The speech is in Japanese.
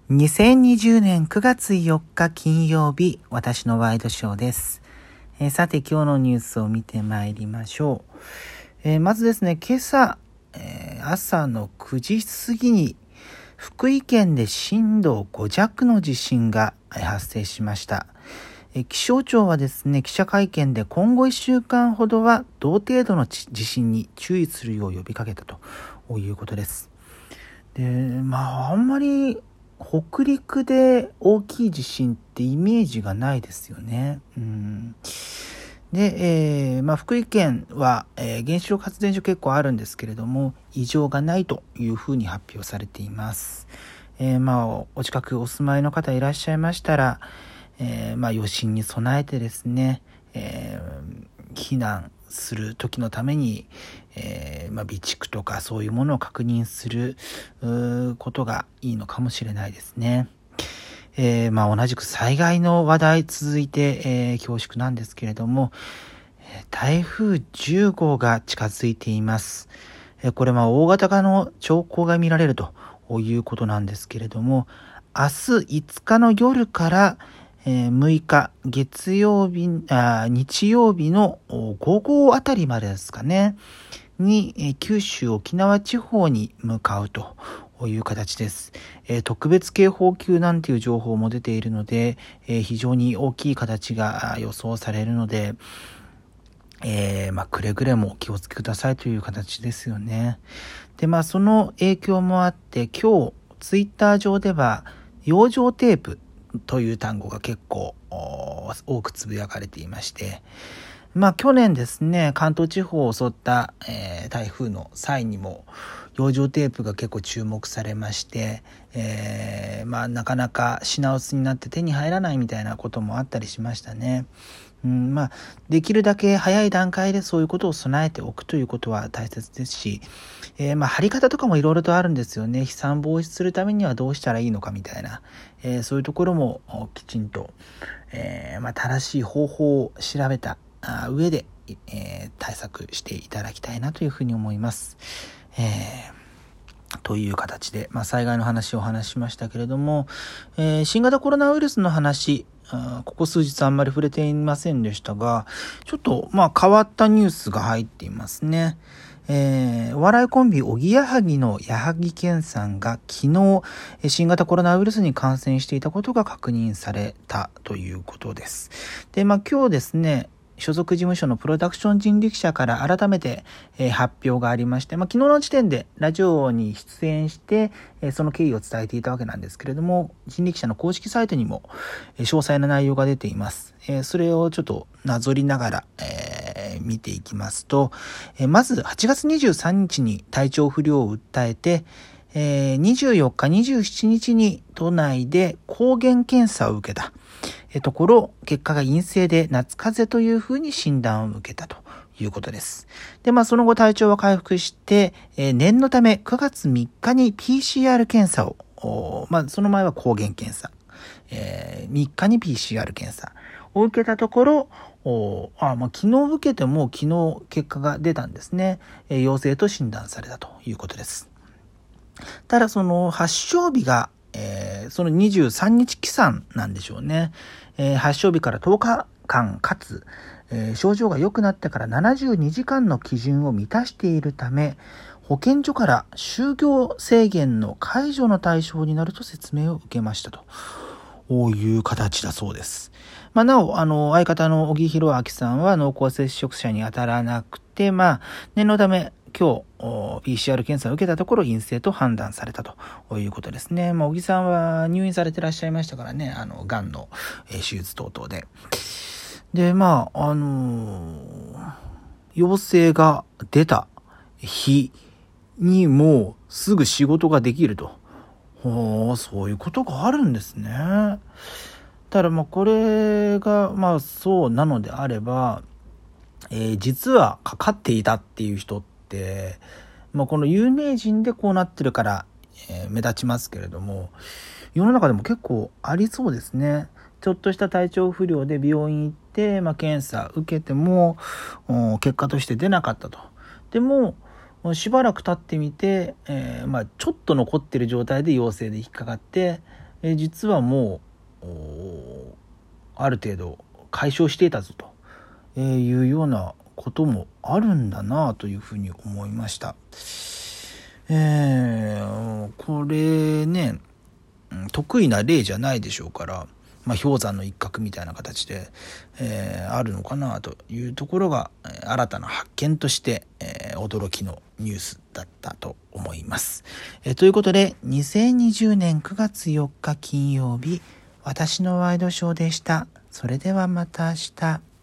2020年9月4日金曜日、私のワイドショーです。さて今日のニュースを見てまいりましょう。まずですね、今朝、朝の9時過ぎに福井県で震度5弱の地震が発生しました。気象庁はですね、記者会見で今後1週間ほどは同程度の地震に注意するよう呼びかけたということです。で、あんまり北陸で大きい地震ってイメージがないですよね。で、福井県は、原子力発電所結構あるんですけれども、異常がないというふうに発表されています。お近くお住まいの方いらっしゃいましたら、余震に備えてですね、避難する時のために、備蓄とかそういうものを確認することがいいのかもしれないですね。同じく災害の話題続いて、恐縮なんですけれども、台風10号が近づいています。これ大型化の兆候が見られるということなんですけれども、明日5日の夜から6日日曜日の午後あたりまでですかねに九州沖縄地方に向かうという形です。特別警報級なんていう情報も出ているので、非常に大きい形が予想されるので、くれぐれもお気をつけくださいという形ですよね。で、その影響もあって今日ツイッター上では養生テープという単語が結構多くつぶやかれていまして、去年ですね、関東地方を襲った、台風の際にも養生テープが結構注目されまして、なかなか品薄になって手に入らないみたいなこともあったりしましたね。できるだけ早い段階でそういうことを備えておくということは大切ですし、貼り方とかもいろいろとあるんですよね。飛散防止するためにはどうしたらいいのかみたいな、そういうところもきちんと、正しい方法を調べた上で、対策していただきたいなというふうに思います。という形で、災害の話をお話ししましたけれども、新型コロナウイルスの話、ここ数日あんまり触れていませんでしたが、ちょっと変わったニュースが入っていますね。お笑いコンビおぎやはぎの矢作健さんが昨日新型コロナウイルスに感染していたことが確認されたということです。で、今日ですね、所属事務所のプロダクション人力車から改めて、発表がありまして、昨日の時点でラジオに出演して、その経緯を伝えていたわけなんですけれども、人力車の公式サイトにも、詳細な内容が出ています。それをちょっとなぞりながら、見ていきますと、まず8月23日に体調不良を訴えて、24日、27日に都内で抗原検査を受けた。ところ、結果が陰性で夏風邪というふうに診断を受けたということです。で、その後体調は回復して、念のため9月3日に PCR 検査を、その前は抗原検査、3日に PCR 検査を受けたところ、昨日受けても昨日結果が出たんですね。陽性と診断されたということです。ただその発症日がその23日起算なんでしょうね。発症日から10日間かつ、症状が良くなってから72時間の基準を満たしているため、保健所から就業制限の解除の対象になると説明を受けましたという形だそうです。なお、相方の小木弘明さんは濃厚接触者に当たらなくて、念のため今日 PCR 検査を受けたところ陰性と判断されたということですね。小木さんは入院されてらっしゃいましたからね、がんの手術等々で。で、陽性が出た日にもうすぐ仕事ができると。そういうことがあるんですね。ただこれがそうなのであれば、実はかかっていたっていう人って、この有名人でこうなってるから、目立ちますけれども、世の中でも結構ありそうですね。ちょっとした体調不良で病院行って、検査受けても結果として出なかったと。でもしばらく経ってみて、ちょっと残ってる状態で陽性で引っかかって、 実はもうある程度解消していたぞというようなこともあるんだなというふうに思いました。これね、得意な例じゃないでしょうから、氷山の一角みたいな形で、あるのかなというところが、新たな発見として、驚きのニュースだったと思います。ということで、2020年9月4日金曜日、私のワイドショーでした。それではまた明日。